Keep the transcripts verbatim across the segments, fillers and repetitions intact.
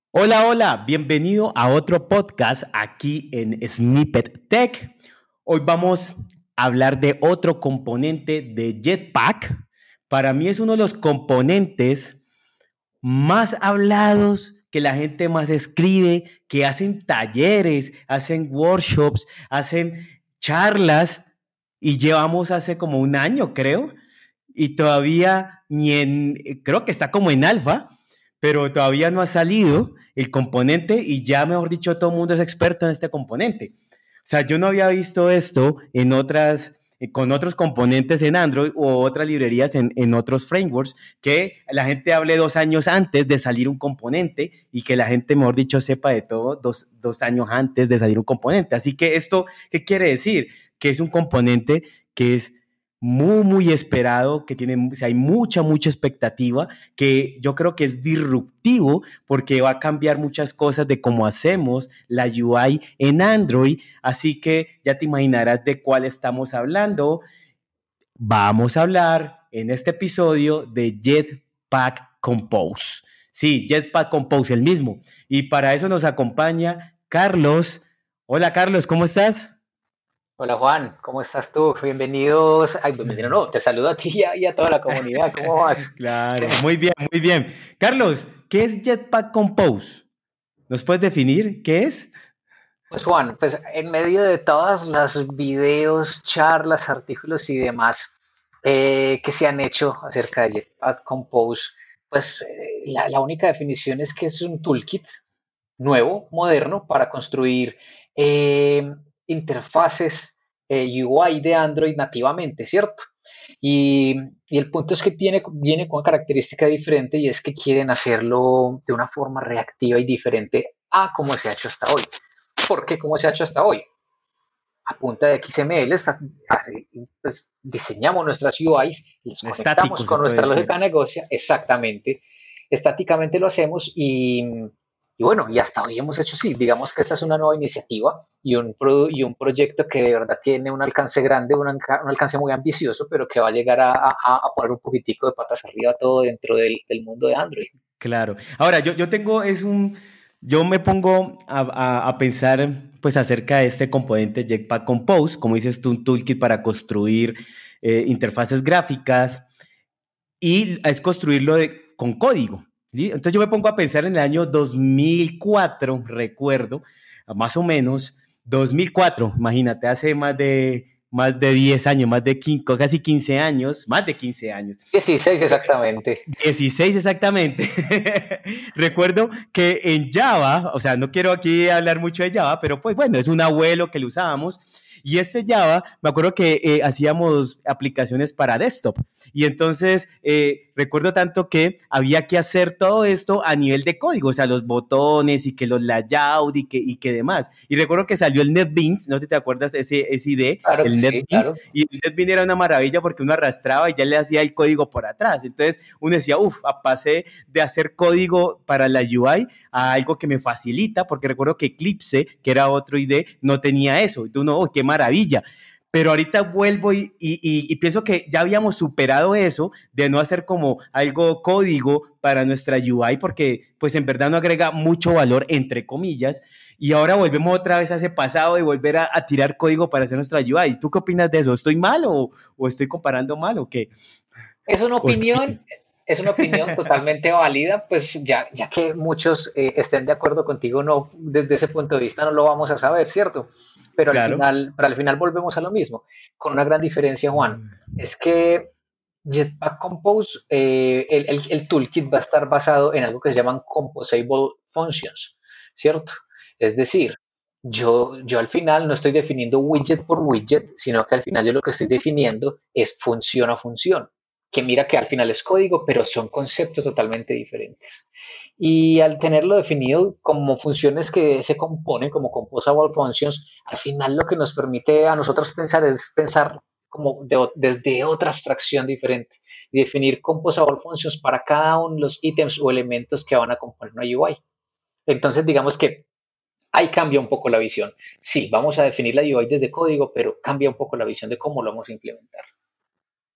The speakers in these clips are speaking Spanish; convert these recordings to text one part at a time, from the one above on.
Hola, hola, bienvenido a otro podcast aquí en Snippet Tech. Hoy vamos a hablar de otro componente de Jetpack. Para mí es uno de los componentes más hablados, que la gente más escribe, que hacen talleres, hacen workshops, hacen charlas y llevamos hace como un año, creo, y todavía ni en, creo que está como en alfa, pero todavía no ha salido el componente y ya, mejor dicho, todo el mundo es experto en este componente. O sea, yo no había visto esto en otras, eh, con otros componentes en Android o otras librerías en, en otros frameworks, que la gente hable dos años antes de salir un componente y que la gente, mejor dicho, sepa de todo dos, dos años antes de salir un componente. Así que esto, ¿qué quiere decir? Que es un componente que es muy, muy esperado, que tiene, o sea, hay mucha, mucha expectativa, que yo creo que es disruptivo porque va a cambiar muchas cosas de cómo hacemos la U I en Android. Así que ya te imaginarás de cuál estamos hablando. Vamos a hablar en este episodio de Jetpack Compose. Sí, Jetpack Compose, el mismo. Y para eso nos acompaña Carlos. Hola Carlos, ¿cómo estás? Hola Juan, ¿cómo estás tú? Bienvenidos. Ay, bienvenido, no, te saludo a ti y a, y a toda la comunidad. ¿Cómo vas? Claro, muy bien, muy bien. Carlos, ¿qué es Jetpack Compose? ¿Nos puedes definir qué es? Pues Juan, pues en medio de todas las videos, charlas, artículos y demás eh, que se han hecho acerca de Jetpack Compose, pues eh, la, la única definición es que es un toolkit nuevo, moderno, para construir eh, interfaces eh, U I de Android nativamente, ¿cierto? Y, y el punto es que tiene, viene con una característica diferente y es que quieren hacerlo de una forma reactiva y diferente a como se ha hecho hasta hoy. ¿Por qué cómo se ha hecho hasta hoy? A punta de X M L, pues, diseñamos nuestras U Is, las conectamos Estático se con puede nuestra lógica decir. de negocio, exactamente, estáticamente lo hacemos y, y bueno, y hasta hoy hemos hecho sí, digamos que esta es una nueva iniciativa y un, pro, y un proyecto que de verdad tiene un alcance grande, un, un alcance muy ambicioso, pero que va a llegar a, a, a poner un poquitico de patas arriba todo dentro del, del mundo de Android. Claro. Ahora, yo, yo tengo, es un, yo me pongo a, a- a pensar pues acerca de este componente Jetpack Compose, como dices tú, un toolkit para construir eh, interfaces gráficas y es construirlo de- con código. ¿Sí? Entonces yo me pongo a pensar en el año dos mil cuatro, recuerdo, más o menos, dos mil cuatro, imagínate, hace más de, más de diez años, más de quince, casi quince años, más de quince años. dieciséis exactamente. Dieciséis exactamente. Recuerdo que en Java, o sea, no quiero aquí hablar mucho de Java, pero pues bueno, es un abuelo que lo usábamos. Y este Java, me acuerdo que eh, hacíamos aplicaciones para desktop. Y entonces eh, recuerdo tanto que había que hacer todo esto a nivel de código, o sea, los botones y que los layout y que, y que demás. Y recuerdo que salió el NetBeans, no sé si te acuerdas ese, ese I D, Claro que el sí, NetBeans, claro. y el NetBeans era una maravilla porque uno arrastraba y ya le hacía el código por atrás. Entonces uno decía, uff, pasé de hacer código para la U I a algo que me facilita, porque recuerdo que Eclipse, que era otro I D, no tenía eso. Entonces uno, oh, qué maravilla. Pero ahorita vuelvo y, y, y, y, pienso que ya habíamos superado eso de no hacer como algo código para nuestra U I, porque pues en verdad no agrega mucho valor, entre comillas, y ahora volvemos otra vez a ese pasado de volver a, a tirar código para hacer nuestra U I. ¿Tú qué opinas de eso? ¿Estoy mal o, o estoy comparando mal o qué? Es una ¿O estoy opinión, bien? es una opinión totalmente válida, pues ya, ya que muchos eh, estén de acuerdo contigo, no, desde ese punto de vista no lo vamos a saber, ¿cierto? Pero al Claro. final, pero al final volvemos a lo mismo, con una gran diferencia, Juan, es que Jetpack Compose, eh, el, el, el toolkit va a estar basado en algo que se llaman composable functions, ¿cierto? Es decir, yo, yo al final no estoy definiendo widget por widget, sino que al final yo lo que estoy definiendo es función a función, que mira que al final es código, pero son conceptos totalmente diferentes. Y al tenerlo definido como funciones que se componen como composable functions, al final lo que nos permite a nosotros pensar es pensar como de, desde otra abstracción diferente y definir composable functions para cada uno de los ítems o elementos que van a componer una U I. Entonces, digamos que ahí cambia un poco la visión. Sí, vamos a definir la U I desde código, pero cambia un poco la visión de cómo lo vamos a implementar.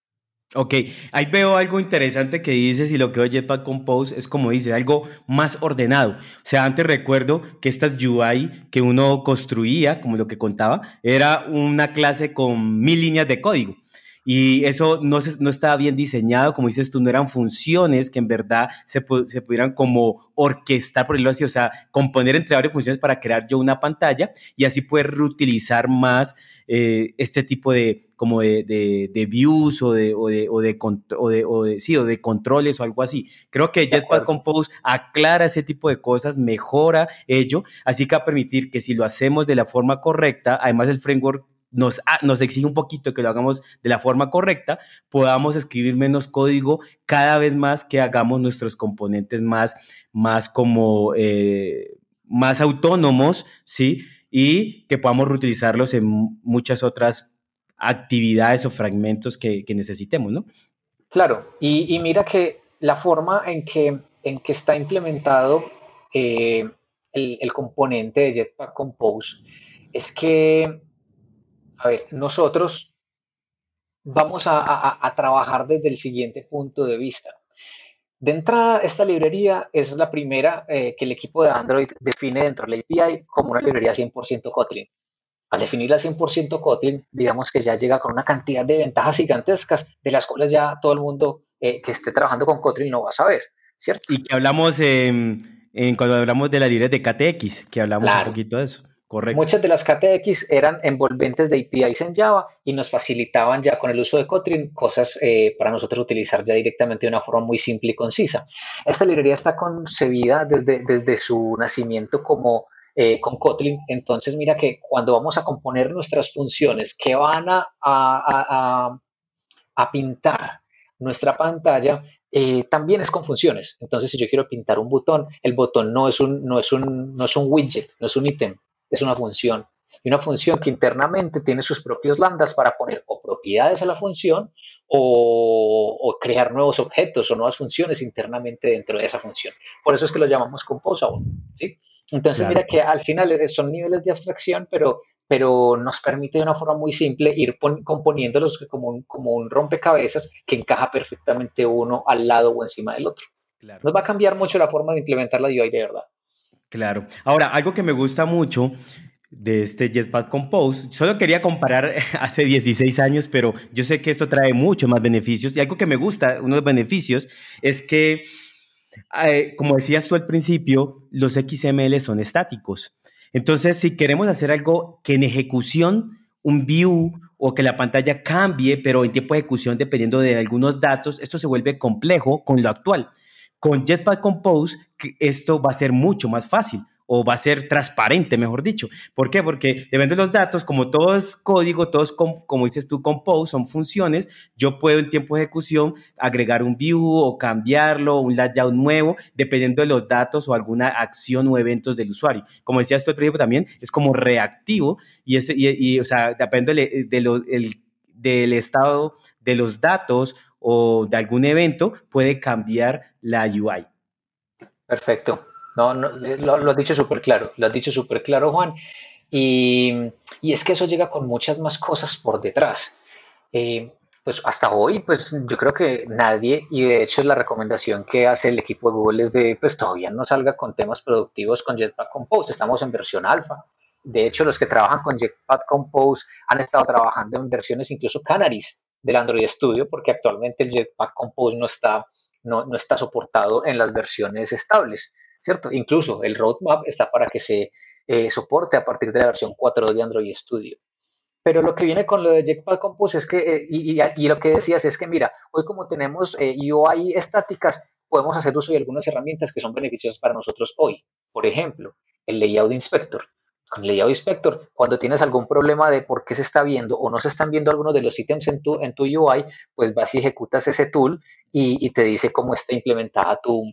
Ok, ahí veo algo interesante que dices y lo que veo Jetpack Compose es como dices, algo más ordenado. O sea, antes recuerdo que estas U I que uno construía, como lo que contaba, era una clase con mil líneas de código. Y eso no, se, no estaba bien diseñado, como dices tú, no eran funciones que en verdad se, pu- se pudieran como orquestar, por decirlo así, o sea, componer entre varias funciones para crear yo una pantalla y así poder reutilizar más eh, este tipo de como de, de, de views o de, o, de, o, de, o, de, o de sí, o de controles o algo así. Creo que De Jetpack acuerdo. Compose aclara ese tipo de cosas, mejora ello, así que va a permitir que si lo hacemos de la forma correcta, además el framework nos, ah, nos exige un poquito que lo hagamos de la forma correcta, podamos escribir menos código cada vez más que hagamos nuestros componentes más, más como eh, más autónomos, ¿sí? Y que podamos reutilizarlos en muchas otras actividades o fragmentos que, que necesitemos, ¿no? Claro, y, y mira que la forma en que, en que está implementado eh, el, el componente de Jetpack Compose es que, a ver, nosotros vamos a, a- a trabajar desde el siguiente punto de vista. De entrada, esta librería es la primera eh, que el equipo de Android define dentro de la A P I como una librería cien por ciento Kotlin. Al definirla cien por ciento Kotlin, digamos que ya llega con una cantidad de ventajas gigantescas de las cuales ya todo el mundo eh, que esté trabajando con Kotlin lo va a saber, ¿cierto? Y que hablamos en, en cuando hablamos de la librería de K T X, que hablamos un Claro. poquito de eso, correcto. Muchas de las K T X eran envolventes de A P Is en Java y nos facilitaban ya con el uso de Kotlin cosas eh, para nosotros utilizar ya directamente de una forma muy simple y concisa. Esta librería está concebida desde, desde su nacimiento como eh, con Kotlin. Entonces, mira que cuando vamos a componer nuestras funciones que van a, a, a, a pintar nuestra pantalla, eh, también es con funciones. Entonces, si yo quiero pintar un botón, el botón no es un, no es un, no es un widget, no es un ítem, es una función. Y una función que internamente tiene sus propios lambdas para poner o propiedades a la función o, o crear nuevos objetos o nuevas funciones internamente dentro de esa función. Por eso es que lo llamamos composable, ¿sí? Entonces, Claro. mira que al final eh, son niveles de abstracción, pero pero nos permite de una forma muy simple ir componiéndolos como un, como un rompecabezas que encaja perfectamente uno al lado o encima del otro. Claro. Nos va a cambiar mucho la forma de implementar la U I de verdad. Claro. Ahora, algo que me gusta mucho de este Jetpack Compose, solo quería comparar hace dieciséis años, pero yo sé que esto trae mucho más beneficios y algo que me gusta, uno de los beneficios, es que, eh, como decías tú al principio, los X M L son estáticos. Entonces, si queremos hacer algo que en ejecución, un view o que la pantalla cambie, pero en tiempo de ejecución, dependiendo de algunos datos, esto se vuelve complejo con lo actual. Con Jetpack Compose, esto va a ser mucho más fácil o va a ser transparente, mejor dicho. ¿Por qué? Porque depende de los datos, como todo es código, todos, com, como dices tú, compose, son funciones, yo puedo en tiempo de ejecución agregar un view o cambiarlo, un layout nuevo, dependiendo de los datos o alguna acción o eventos del usuario. Como decías tú al principio también, es como reactivo y, ese, y, y o sea, depende de, de los, el, del estado de los datos o de algún evento, puede cambiar la U I. Perfecto. No, no, lo, lo has dicho súper claro, lo has dicho súper claro, Juan. Y, y es que eso llega con muchas más cosas por detrás. Eh, pues hasta hoy, pues yo creo que nadie, y de hecho es la recomendación que hace el equipo de Google es de, pues todavía no salga con temas productivos con Jetpack Compose, estamos en versión alfa. De hecho, los que trabajan con Jetpack Compose han estado trabajando en versiones incluso Canaries del Android Studio, porque actualmente el Jetpack Compose no está, no, no está soportado en las versiones estables, ¿cierto? Incluso el roadmap está para que se eh, soporte a partir de la versión cuatro de Android Studio. Pero lo que viene con lo de Jetpack Compose es que, eh, y, y, y, lo que decías es que, mira, hoy como tenemos eh, U I estáticas, podemos hacer uso de algunas herramientas que son beneficiosas para nosotros hoy. Por ejemplo, el Layout Inspector. Con el Layout Inspector, cuando tienes algún problema de por qué se está viendo o no se están viendo algunos de los ítems en tu, en tu U I, pues vas y ejecutas ese tool y, y te dice cómo está implementada tu,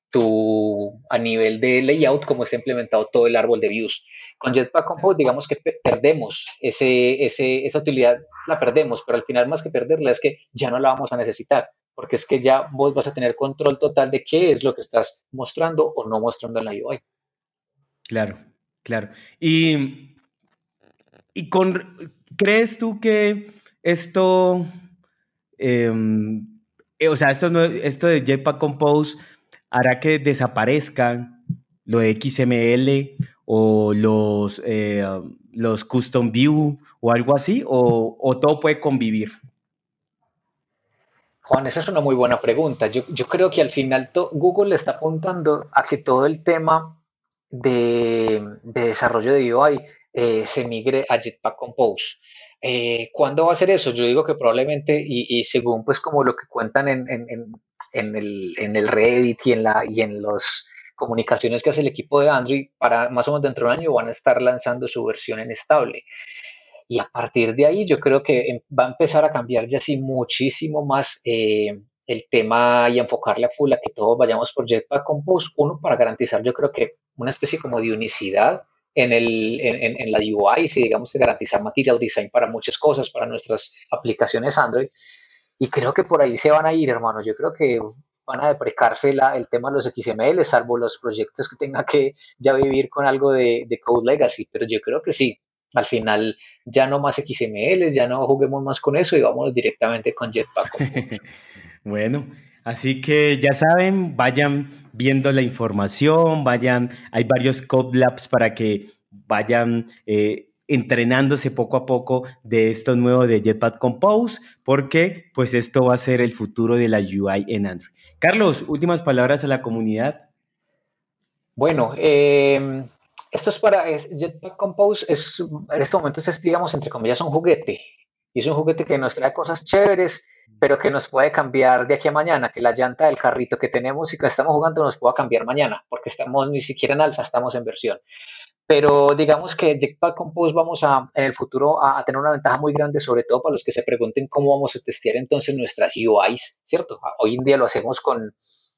tu, a nivel de layout, cómo está implementado todo el árbol de views. Con Jetpack Compose, digamos que perdemos ese, ese, esa utilidad, la perdemos, pero al final más que perderla es que ya no la vamos a necesitar, porque es que ya vos vas a tener control total de qué es lo que estás mostrando o no mostrando en la U I. Claro, claro. Y, y con, ¿crees tú que esto eh, eh, o sea, esto, no, esto de Jetpack Compose hará que desaparezcan lo de X M L o los, eh, los custom view o algo así, o, o todo puede convivir. Juan, esa es una muy buena pregunta. Yo, yo creo que al final to- Google le está apuntando a que todo el tema de, de desarrollo de U I eh, se migre a Jetpack Compose. Eh, ¿cuándo va a ser eso? Yo digo que probablemente, y, y según pues como lo que cuentan en, en- en- en el, en el Reddit y en la, y en las comunicaciones que hace el equipo de Android, para más o menos dentro de un año van a estar lanzando su versión en estable. Y a partir de ahí yo creo que em- va a empezar a cambiar ya sí muchísimo más eh, el tema y enfocarle a full a que todos vayamos por Jetpack Compose. Uno, para garantizar yo creo que una especie como de unicidad en, el, en, en- en la U I, si digamos que garantizar material design para muchas cosas, para nuestras aplicaciones Android. Y creo que por ahí se van a ir, hermano. Yo creo que van a deprecarse la- el tema de los X M L, salvo los proyectos que tenga que ya vivir con algo de, de Code Legacy. Pero yo creo que sí. Al final, ya no más X M Ls, ya no juguemos más con eso y vámonos directamente con Jetpack Compose. Bueno, así que ya saben, vayan viendo la información, vayan, hay varios Code Labs para que vayan eh, entrenándose poco a poco de esto nuevo de Jetpack Compose, porque pues esto va a ser el futuro de la U I en Android. Carlos, últimas palabras a la comunidad. Bueno, eh, esto es para, es, Jetpack Compose es, en este momento es, digamos, entre comillas, un juguete. Y es un juguete que nos trae cosas chéveres, pero que nos puede cambiar de aquí a mañana, que la llanta del carrito que tenemos y que estamos jugando nos pueda cambiar mañana, porque estamos ni siquiera en alfa, estamos en versión. Pero digamos que Jetpack Compose vamos a, en el futuro a, a tener una ventaja muy grande, sobre todo para los que se pregunten cómo vamos a testear entonces nuestras U Is, ¿cierto? Hoy en día lo hacemos con,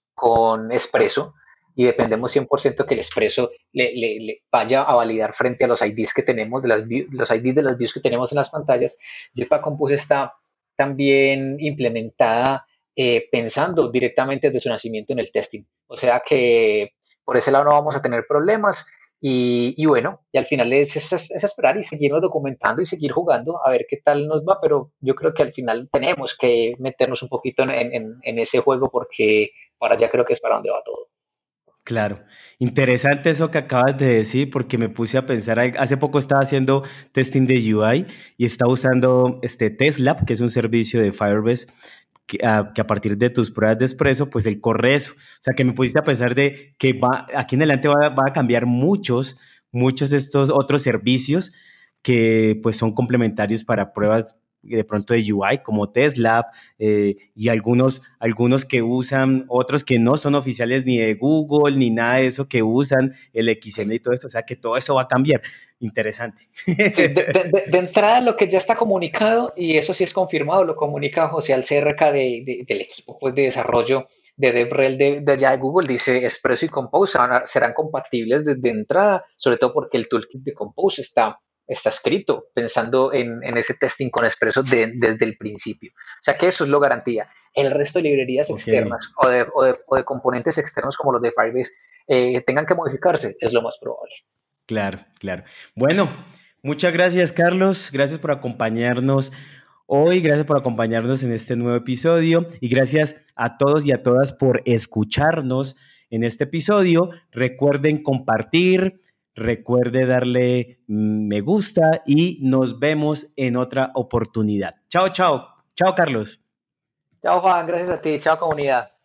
con Expresso y dependemos cien por ciento que el Expresso le, le, le vaya a validar frente a los I Ds que tenemos, de las, los I Ds de las views que tenemos en las pantallas. Jetpack Compose está también implementada eh, pensando directamente desde su nacimiento en el testing. O sea que por ese lado no vamos a tener problemas. Y, y, bueno, y al final es, es, es, esperar y seguirnos documentando y seguir jugando a ver qué tal nos va, pero yo creo que al final tenemos que meternos un poquito en, en, en ese juego porque para allá creo que es para donde va todo. Claro, interesante eso que acabas de decir porque me puse a pensar, hace poco estaba haciendo testing de U I y estaba usando este TestLab, que es un servicio de Firebase que a, que a partir de tus pruebas de Expresso, pues él corre eso. O sea, que me pusiste a pensar de que va, aquí en adelante va, va a cambiar muchos, muchos de estos otros servicios que pues son complementarios para pruebas de pronto de U I como Tesla eh, y algunos, algunos que usan, otros que no son oficiales ni de Google ni nada de eso, que usan el X M L Sí. y todo eso, o sea que todo eso va a cambiar. Interesante. Sí, de, de, de, entrada lo que ya está comunicado, y eso sí es confirmado, lo comunica José al C R K de, de, del equipo pues, de desarrollo de DevRel de, de allá de Google, dice Expresso y Compose a, serán compatibles desde entrada, sobre todo porque el toolkit de Compose está, está escrito pensando en, en ese testing con Expresso de, desde el principio. O sea que eso es lo garantía. El resto de librerías Ok, externas o de, o de, o de componentes externos como los de Firebase eh, tengan que modificarse, es lo más probable. claro, claro. Bueno, muchas gracias, Carlos. Gracias por acompañarnos hoy, gracias por acompañarnos en este nuevo episodio y gracias a todos y a todas por escucharnos en este episodio. Recuerden compartir, recuerde darle me gusta y nos vemos en otra oportunidad. Chao, chao. Chao, Carlos. Chao Juan, gracias a ti, chao comunidad.